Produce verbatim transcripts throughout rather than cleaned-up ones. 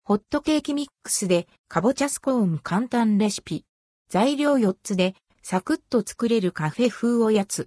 ホットケーキミックスでかぼちゃスコーン簡単レシピ。材料よっつでサクッと作れるカフェ風おやつ。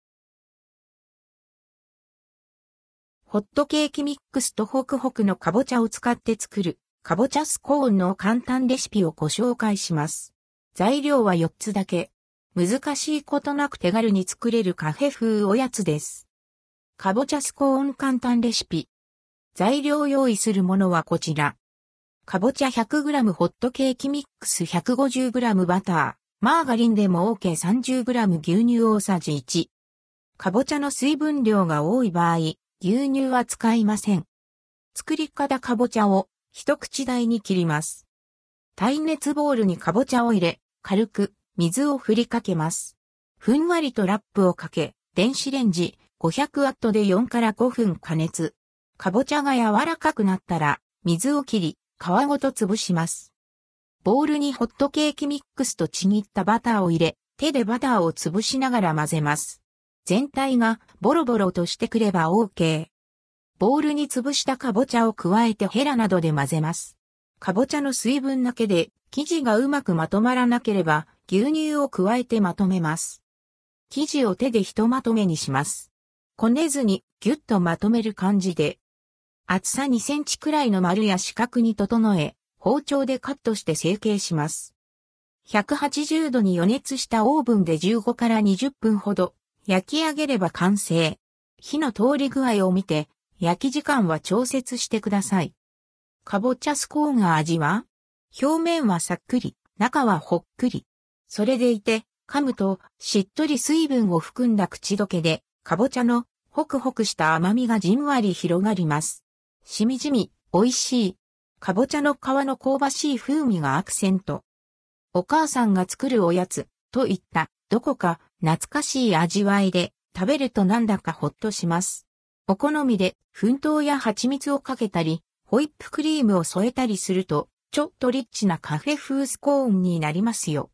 ホットケーキミックスとホクホクのかぼちゃを使って作るかぼちゃスコーンの簡単レシピをご紹介します。材料はよっつだけ。難しいことなく手軽に作れるカフェ風おやつです。かぼちゃスコーン簡単レシピ。材料用意するものはこちら。かぼちゃ ひゃくグラム ホットケーキミックス ひゃくごじゅうグラム バター、マーガリンでも OK さんじゅうグラム 牛乳大さじいち。かぼちゃの水分量が多い場合、牛乳は使いません。作り方かぼちゃを一口大に切ります。耐熱ボウルにかぼちゃを入れ、軽く水を振りかけます。ふんわりとラップをかけ、電子レンジごひゃくワットでよんからごふん加熱。かぼちゃが柔らかくなったら、水を切り、皮ごと潰します。ボウルにホットケーキミックスとちぎったバターを入れ、手でバターを潰しながら混ぜます。全体がボロボロとしてくれば OK。ボウルに潰したかぼちゃを加えてヘラなどで混ぜます。かぼちゃの水分だけで生地がうまくまとまらなければ牛乳を加えてまとめます。生地を手でひとまとめにします。こねずにギュッとまとめる感じで。厚さにセンチくらいの丸や四角に整え、包丁でカットして成形します。ひゃくはちじゅうどに予熱したオーブンでじゅうごからにじゅっぷんほど焼き上げれば完成。火の通り具合を見て焼き時間は調節してください。かぼちゃスコーンが味は？表面はさっくり、中はほっくり。それでいて噛むとしっとり水分を含んだ口どけでかぼちゃのホクホクした甘みがじんわり広がります。しみじみ、美味しい。かぼちゃの皮の香ばしい風味がアクセント。お母さんが作るおやつ、といった、どこか懐かしい味わいで、食べるとなんだかほっとします。お好みで、粉糖や蜂蜜をかけたり、ホイップクリームを添えたりすると、ちょっとリッチなカフェ風スコーンになりますよ。